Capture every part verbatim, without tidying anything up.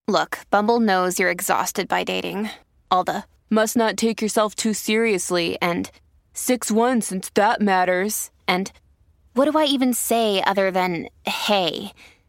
Look, Bumble knows you're exhausted by dating. All the must not take yourself too seriously and six one since that matters. And what do I even say other than hey?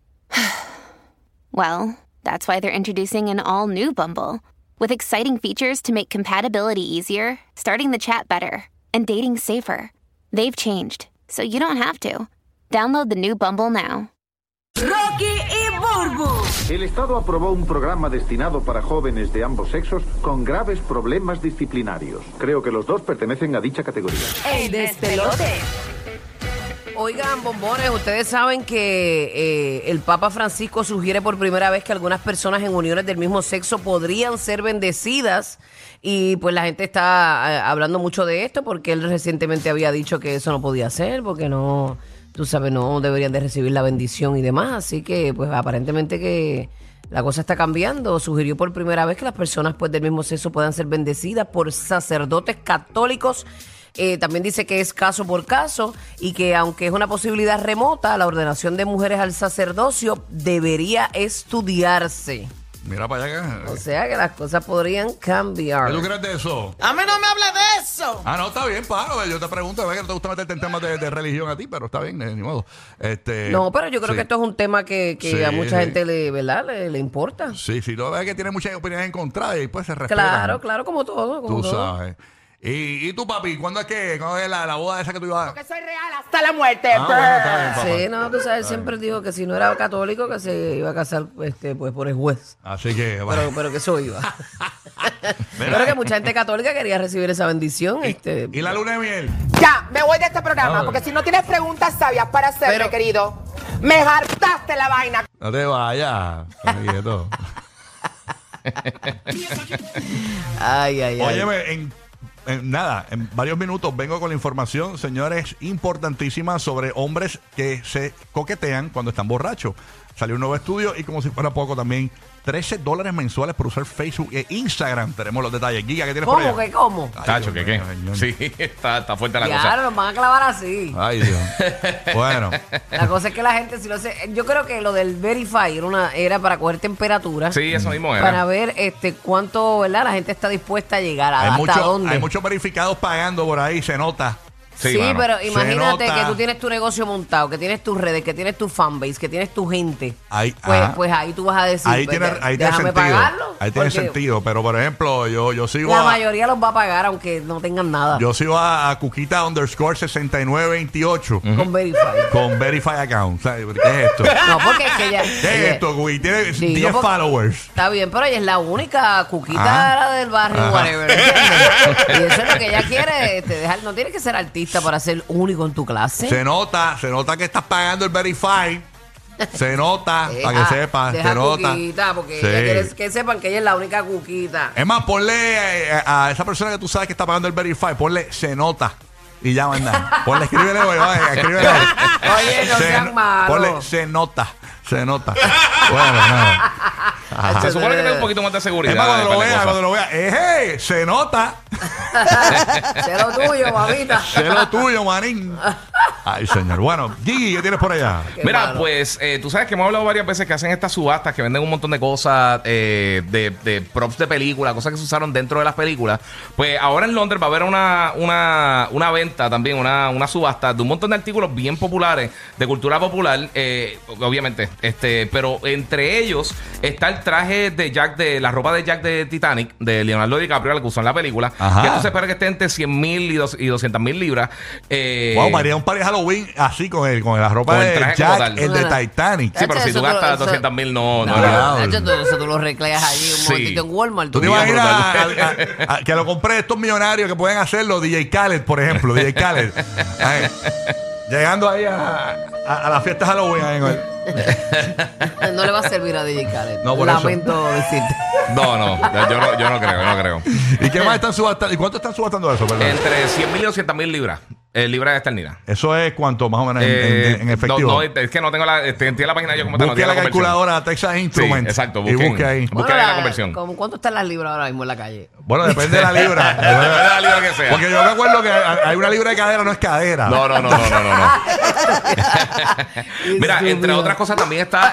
Well, that's why they're introducing an all-new Bumble with exciting features to make compatibility easier, starting the chat better, and dating safer. They've changed, so you don't have to. Download the new Bumble now. Rocky y Burbu. El Estado aprobó un programa destinado para jóvenes de ambos sexos con graves problemas disciplinarios. Creo que los dos pertenecen a dicha categoría. ¡El despelote! Oigan, bombones, ustedes saben que eh, el Papa Francisco sugiere por primera vez que algunas personas en uniones del mismo sexo podrían ser bendecidas y pues la gente está eh, hablando mucho de esto porque él recientemente había dicho que eso no podía ser porque no, tú sabes, no deberían de recibir la bendición y demás, así que pues aparentemente que la cosa está cambiando. Sugirió por primera vez que las personas pues del mismo sexo puedan ser bendecidas por sacerdotes católicos. Eh, también dice que es caso por caso y que aunque es una posibilidad remota, la ordenación de mujeres al sacerdocio debería estudiarse. Mira para allá. O sea que las cosas podrían cambiar. ¿Qué tú crees de eso? ¡A mí no me habla de eso! Ah, no, está bien, paro. Yo te pregunto, a ver que no te gusta meterte en temas de, de religión a ti, pero está bien, ni modo. Este, no, pero yo creo sí. que esto es un tema que, que Sí, a mucha sí. gente le, ¿verdad? Le, le importa. Sí, sí, tú ves que tiene muchas opiniones encontradas y pues se respetan. Claro, claro, como todo. Como Tú todo. sabes. ¿Y, y tú, papi, cuándo es que cuándo es la, la boda esa que tú ibas a...? Que soy real hasta la muerte. Ah, bueno, está bien, papá. Sí, no, tú sabes, siempre dijo que si no era católico que se iba a casar este, pues por el juez. Así que... Pero, pero que eso iba. Pero que mucha gente católica quería recibir esa bendición. este ¿Y la luna de miel? Ya, me voy de este programa, Ah. porque si no tienes preguntas sabias para hacerme, Pero- querido, me hartaste la vaina. No te vayas, amiguito. Ay, ay, ay. Óyeme, en, en nada, en varios minutos vengo con la información, señores, importantísima sobre hombres que se coquetean cuando están borrachos. Salió un nuevo estudio y como si fuera poco también, trece dólares mensuales por usar Facebook e Instagram. Tenemos los detalles. Giga, ¿qué tienes por ¿Cómo allá? que cómo? Ay, Tacho, Dios ¿qué mío, qué? señor. Sí, está, está fuerte la cosa. Claro, nos van a clavar así. Ay, Dios. Bueno. La cosa es que la gente, si lo sé, yo creo que lo del Verify era, una, era para coger temperatura. Sí, eso mismo era. Para ver este cuánto, ¿verdad? La gente está dispuesta a llegar a Hay, hasta mucho- dónde. hay muchos verificados pagando por ahí, se nota. Sí, Sí, mano. pero Se imagínate nota. que tú tienes tu negocio montado, que tienes tus redes, que tienes tu fanbase, que tienes tu gente. Ahí, pues, ajá. pues ahí tú vas a decir, Ahí pues, tiene, de- ahí tiene déjame sentido. pagarlo. Ahí tiene porque sentido. Pero, por ejemplo, yo, yo sigo La a, mayoría los va a pagar aunque no tengan nada. yo sigo a, a Cuquita underscore sesenta y nueve veintiocho Con Verify. con Verify Account. ¿Sabes? ¿Qué es esto? No, porque es que ella... ¿Qué ella- es esto, Cuqui? Tiene Digo, diez porque- followers. Está bien, pero ella es la única cuquita Ajá. la del barrio, Ajá. whatever. ¿Entiendes? Y eso es lo que ella quiere, este, dejar, no tienes que ser artista para ser único en tu clase. Se nota, se nota que estás pagando el Verify. Se nota, Deja- para que sepas, deja se nota. cuquita, porque Sí. ella quiere que sepan que ella es la única cuquita. Es más, ponle eh, a esa persona que tú sabes que está pagando el Verify, ponle se nota. Y ya manda. Ponle, escríbele hoy, vaya, escríbele hoy. Oye, no Se- sean malos. Ponle se nota, se nota. Bueno, nada. Ajá. Se supone que tenga un poquito más de seguridad. Es más, cuando de lo par de vea, cosas. cuando lo vea, ¡eh, se nota! Sé lo tuyo, mamita. Sé lo tuyo, manín. Ay, señor. Bueno, Gigi, ¿qué tienes por allá? Qué Mira, malo. pues eh, tú sabes que hemos hablado varias veces que hacen estas subastas que venden un montón de cosas eh, de, de props de películas, cosas que se usaron dentro de las películas. Pues ahora en Londres va a haber una, una, una venta también, una, una subasta de un montón de artículos bien populares, de cultura popular, eh, obviamente. este Pero entre ellos está el traje de Jack, de la ropa de Jack de Titanic, de Leonardo DiCaprio, la que usó en la película. Ajá. Que esto se espera que esté entre cien mil y, dos, y doscientas mil libras. Eh, Wow, María, un par de Halloween así con el, con la ropa Con el de traje como Jack, tal. el de Titanic. Sí, pero si Eso tú tú lo- gastas eso- doscientas mil, no, no, No, no. Nacho, tú- eso tú lo recleas allí un Sí. momentito en Walmart. ¿Tú te Bien imaginas a- brutal. a- a- que lo compré estos millonarios que pueden hacerlo? D J Khaled, por ejemplo. D J Khaled. Ay, llegando ahí a, a, a la fiesta de Halloween. Ahí, con el- No le va a servir a D J Khaled. No, por eso. Lamento decirte. No, no, yo no, yo no creo, yo no creo. ¿Y qué más están subastando? ¿Y cuánto están subastando eso, perdón? Entre cien mil y doscientas mil libras. Eh, libra esterlina. ¿Eso es cuánto más o menos en, Eh, en- en efectivo? No, no, es que no tengo la, este, entiendo la página yo como tal. no Busque tengo la conversión. calculadora Texas Instruments. Sí, exacto, Y busquen. busque ahí. Busca ahí la conversión. ¿cómo- ¿Cuánto están las libras ahora mismo en la calle? Bueno, depende de la libra. Depende de la libra que sea. Porque yo me acuerdo que hay una libra de cadera, no es cadera. No, no, no, no, no, no. no. Mira, entre Estúpido. otras cosas también está.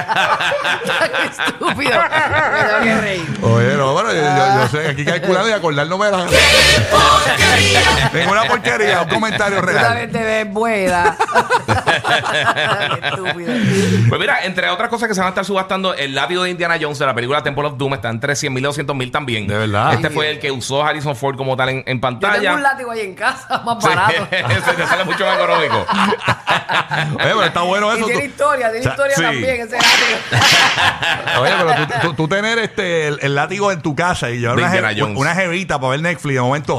Qué estúpido. Me tengo que reír. Oye, no, bueno, yo, yo, yo sé, aquí calculando y acordar no me la... Ninguna porquería, un comentario Tú real. también te ves buena. Qué estúpido. Pues mira, entre otras cosas que se van a estar subastando, el látigo de Indiana Jones de la película Temple of Doom está entre cien mil y doscientos mil también. De verdad. Este fue el que usó Harrison Ford como tal en, en Yo pantalla. tengo un látigo ahí en casa, más Sí, barato. ese te sale mucho más económico. Oye, pero está bueno Y eso. tiene tú- historia, tiene O sea, historia sí. también ese látigo. Oye, pero tú, tú- tú tener este el, el látigo en tu casa y llevar De una, Indiana je- Jones. una jevita para ver Netflix de momento.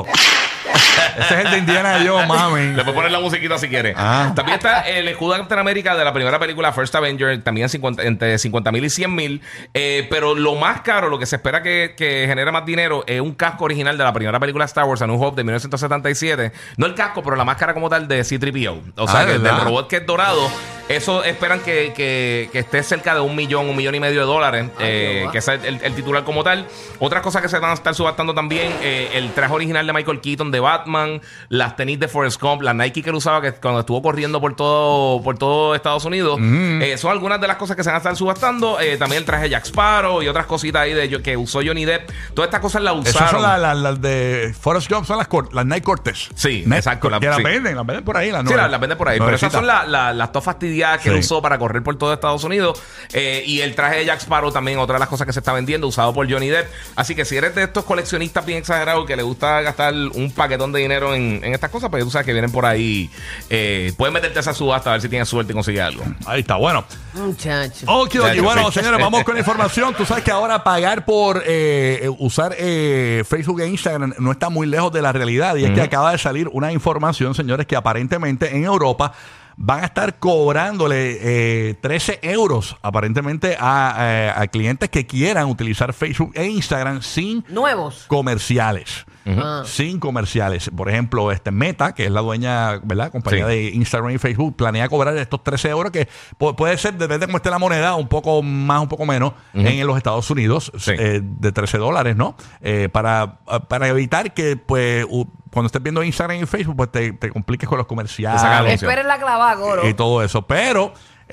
Ese es el de Indiana Jones, mami. Le puedes poner la musiquita si quieres. Ah. También está el escudo de Captain America de la primera película First Avenger, también cincuenta, entre cincuenta mil y cien mil. Eh, pero lo más caro, lo que se espera que, que genere más dinero, es un casco original de la primera película Star Wars, A New Hope, de mil novecientos setenta y siete. No el casco, pero la máscara como tal de C tres P O. O sea, Ah, que ¿verdad? del robot que es dorado. Eso esperan que, que, que esté cerca de un millón, un millón y medio de dólares. eh, Dios. que es el, el titular como tal. Otras cosas que se van a estar subastando también: eh, el traje original de Michael Keaton de Batman, las tenis de Forrest Gump, la Nike que él usaba que cuando estuvo corriendo por todo, por todo Estados Unidos. Eh, son algunas de las cosas que se van a estar subastando. Eh, también el traje de Jack Sparrow y otras cositas ahí de, que usó Johnny Depp. Todas estas cosas las usaron. Esas son las las- las de Forrest Gump, son las, cor- las Night Cortez. Sí, Night exacto, Cor- la- que las sí. venden, las venden por ahí. Las Sí, nuevas- las las vende por ahí. Pero esas nuevecitas. son la- la- las dos fastidiadas que él Sí. usó para correr por todo Estados Unidos. Eh, y el traje de Jack Sparrow también, otra de las cosas que se está vendiendo, usado por Johnny Depp. Así que si eres de estos coleccionistas bien exagerados que le gusta gastar un paquetón de dinero en, en estas cosas, pues tú sabes que vienen por ahí. Eh, puedes meterte a esa subasta a ver si tienes suerte y consigues algo. Ahí está, bueno. Muchacho. Ok, Ya, y yo bueno, sé. señores, vamos con la información. Tú sabes que ahora pagar por eh, eh, usar eh, Facebook e Instagram no está muy lejos de la realidad. Y es que acaba de salir una información, señores, que aparentemente en Europa van a estar cobrándole eh, trece euros aparentemente a, eh, a clientes que quieran utilizar Facebook e Instagram sin Nuevos. comerciales. Ah. Sin comerciales. Por ejemplo, este Meta, que es la dueña, ¿verdad? Compañía Sí. de Instagram y Facebook, planea cobrar estos trece euros, que pu- puede ser, depende de cómo esté la moneda, un poco más, un poco menos, en los Estados Unidos, Sí. eh, de trece dólares, ¿no? Eh, para, para evitar que, pues, u- cuando estés viendo Instagram y Facebook, pues te, te compliques con los Te saca comerciales anuncio. Esperen la clavada, Goro. y todo eso. Pero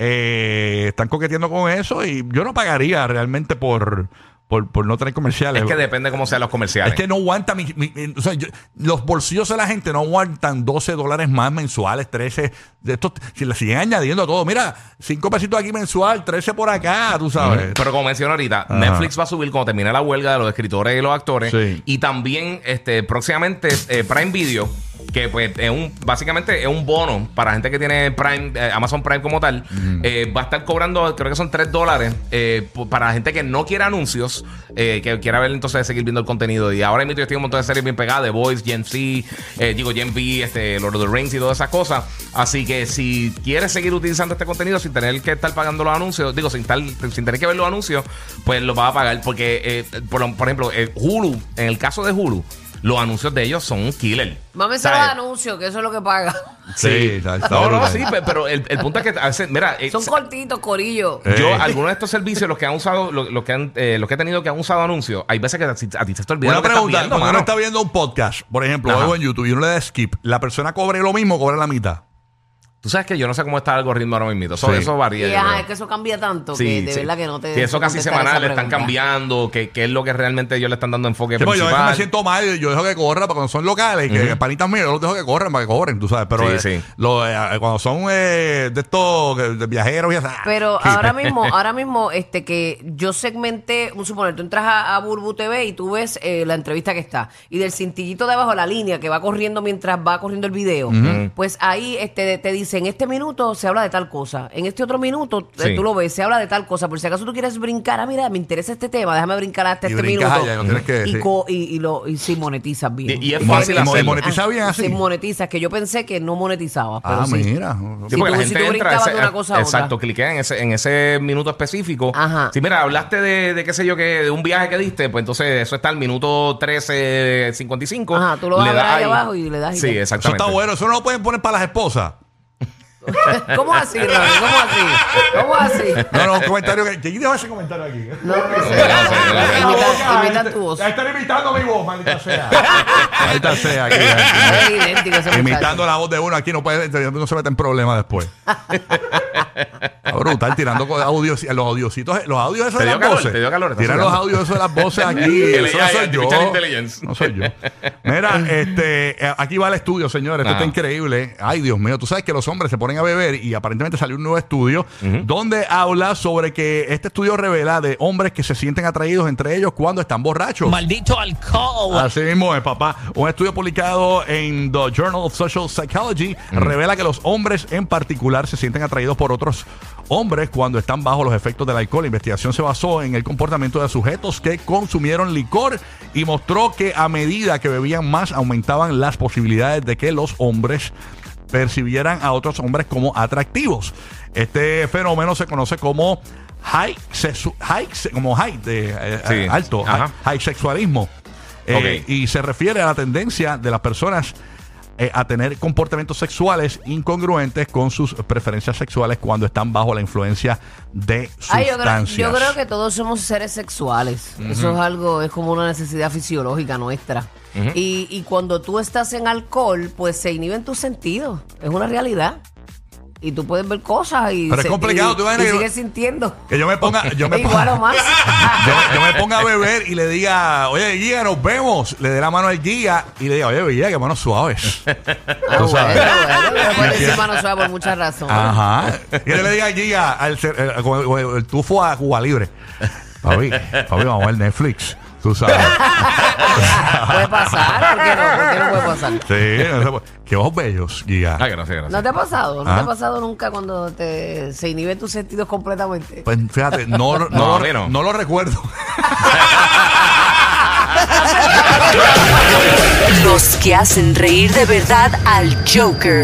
eh, están coqueteando con eso y yo no pagaría realmente por, por, por no tener comerciales. Es que depende cómo sean los comerciales. Es que no aguanta mi, mi- mi- o sea, yo- los bolsillos de la gente no aguantan doce dólares más mensuales, trece de estos, si le siguen añadiendo a todo, mira, cinco pesitos aquí mensual, trece por acá, tú sabes. Pero como mencioné ahorita, Ajá. Netflix va a subir cuando termine la huelga de los escritores y los actores. Sí. Y también este próximamente eh, Prime Video, que pues es un básicamente es un bono para gente que tiene Prime, eh, Amazon Prime como tal, eh, va a estar cobrando, creo que son tres dólares eh, p- para gente que no quiera anuncios, eh, que quiera ver entonces seguir viendo el contenido. Y ahora mismo yo estoy en un montón de series bien pegadas, The Voice, Gen Z, eh, digo Gen V, este, Lord of the Rings y todas esas cosas. Así que si quieres seguir utilizando este contenido sin tener que estar pagando los anuncios, digo, sin, estar, sin tener que ver los anuncios, pues lo vas a pagar. Porque, eh, por, por ejemplo, eh, Hulu, en el caso de Hulu, los anuncios de ellos son un killer. Mami se los ¿Sabes? anuncios, que eso es lo que paga. Sí, está- está No, no, brutal. sí, pe- pero el, el punto es que a veces, mira, eh, Son cortitos, corillo. Eh. yo, algunos de estos servicios, los que han usado, los, los que han, eh, los que he tenido que han usado anuncios, hay veces que a ti, a ti te está olvidando Una que estás pregunta, viendo, cuando uno mano. está viendo un podcast, por ejemplo, Ajá. o en YouTube y uno le da skip, ¿la persona cobre lo mismo o cobra la mitad? Tú sabes que yo no sé cómo está el algoritmo ahora mismo. Eso, Sí. eso varía. Y yo ajá, creo. es que eso cambia tanto Sí, que de sí. verdad que no te. Sí, eso casi contestar semanal esa le están pregunta. cambiando, que, que es lo que realmente ellos le están dando enfoque Sí, pues yo a veces principal. me siento mal, yo dejo que corra, porque cuando son locales, que panitas míos, yo los dejo que corran para que corren, tú sabes. Pero Sí, eh, sí. lo, eh, cuando son eh, de estos eh, de viajeros y así. Pero ahora mismo, ahora mismo, este que yo segmenté, un suponer, tú entras a, a Burbu T V y tú ves eh, la entrevista que está. Y del cintillito de abajo, la línea que va corriendo mientras va corriendo el video, pues ahí este te dice dice, en este minuto se habla de tal cosa, en este otro minuto eh, Sí. tú lo ves, se habla de tal cosa, por si acaso tú quieres brincar, ah, mira, me interesa este tema, déjame brincar hasta Y este brincas minuto. allá, no tienes que- y, sí. co- y, y lo, y sí, monetizas bien. Y- y es Y fácil mon- y hacerlo. monetiza bien así. Sí, monetizas, que yo pensé que no monetizaba, pero Ah, sí. mira. Sí, Si porque tú- la si gente tú entra brincabas ese- de una cosa a exacto, otra. cliquea en ese, en ese minuto específico. Ajá. Sí, mira, hablaste de, de qué sé yo, que de un viaje que diste, pues entonces eso está al minuto trece cincuenta y cinco. Ajá, tú lo vas Le a ver das ahí abajo y le das y Sí, ya. Eso exactamente. está bueno. Eso no lo pueden poner para las esposas. ¿Cómo así, Ronnie? ¿Cómo así? ¿Cómo así? No, no, un comentario que. ¿Quién dijo ese comentario aquí? No, no sé. no sé, no sé. Imita, imita tu voz. Están imitando mi voz, maldita sea. Maldita sea aquí. Es idéntico ese muchacho. Imitando la voz de uno aquí no puede, no se mete en problemas después. Está brutal, tirando con audios, los audiositos, los audios esos Te de dio las calor, voces. te dio calor, estás Tiran los sudando. audios esos de las voces aquí. El Eso A I, no soy yo. Artificial Intelligence. No soy yo. Mira, este, eh, aquí va el estudio, señores. Esto Ajá. está increíble. Ay, Dios mío. Tú sabes que los hombres se ponen a beber y aparentemente salió un nuevo estudio donde habla sobre que este estudio revela de hombres que se sienten atraídos entre ellos cuando están borrachos. Maldito alcohol. Así mismo es, papá. Un estudio publicado en The Journal of Social Psychology revela que los hombres en particular se sienten atraídos por otros hombres cuando están bajo los efectos del alcohol. La investigación se basó en el comportamiento de sujetos que consumieron licor y mostró que a medida que bebían más aumentaban las posibilidades de que los hombres percibieran a otros hombres como atractivos. Este fenómeno se conoce como high, sexu- high se- como high de eh, Sí. eh, alto, high, Ajá. high sexualismo. Eh, Ok. y se refiere a la tendencia de las personas eh, a tener comportamientos sexuales incongruentes con sus preferencias sexuales cuando están bajo la influencia de Ay, yo, creo, sustancias. yo creo que todos somos seres sexuales. Eso es algo, es como una necesidad fisiológica nuestra. y, y cuando tú estás en alcohol, pues se inhiben tus sentidos. Es una realidad. Y tú puedes ver cosas y, Pero es se- complicado, y- tú imaginas y que- sigues sintiendo. Que yo me ponga, yo me Igual ponga, o más. yo, yo me ponga a beber y le diga, oye, Guía, nos vemos. Le dé la mano al Guía y le diga, oye, Guía, qué manos suaves. Ah, Tú bueno, sabes. bueno, pero por Mentira. encima no suave por muchas razones. Ajá. Y yo le diga al Guía, al ser- el, el- el tufo a Cuba Libre. Papi, papi, vamos a ver Netflix. Tú sabes. Puede pasar, ¿por qué no? ¿Por qué no puede pasar? Sí, no sé por- qué ojos bellos, Guía. Ah, gracias, gracias. ¿No te ha pasado? ¿No ¿Ah? te ha pasado nunca cuando te, se inhiben tus sentidos completamente? Pues fíjate, no, no, No, lo, a mí no. no lo recuerdo. Los que hacen reír de verdad al Joker.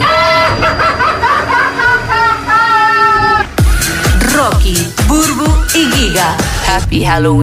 Rocky, Burbu y Giga. Happy Halloween.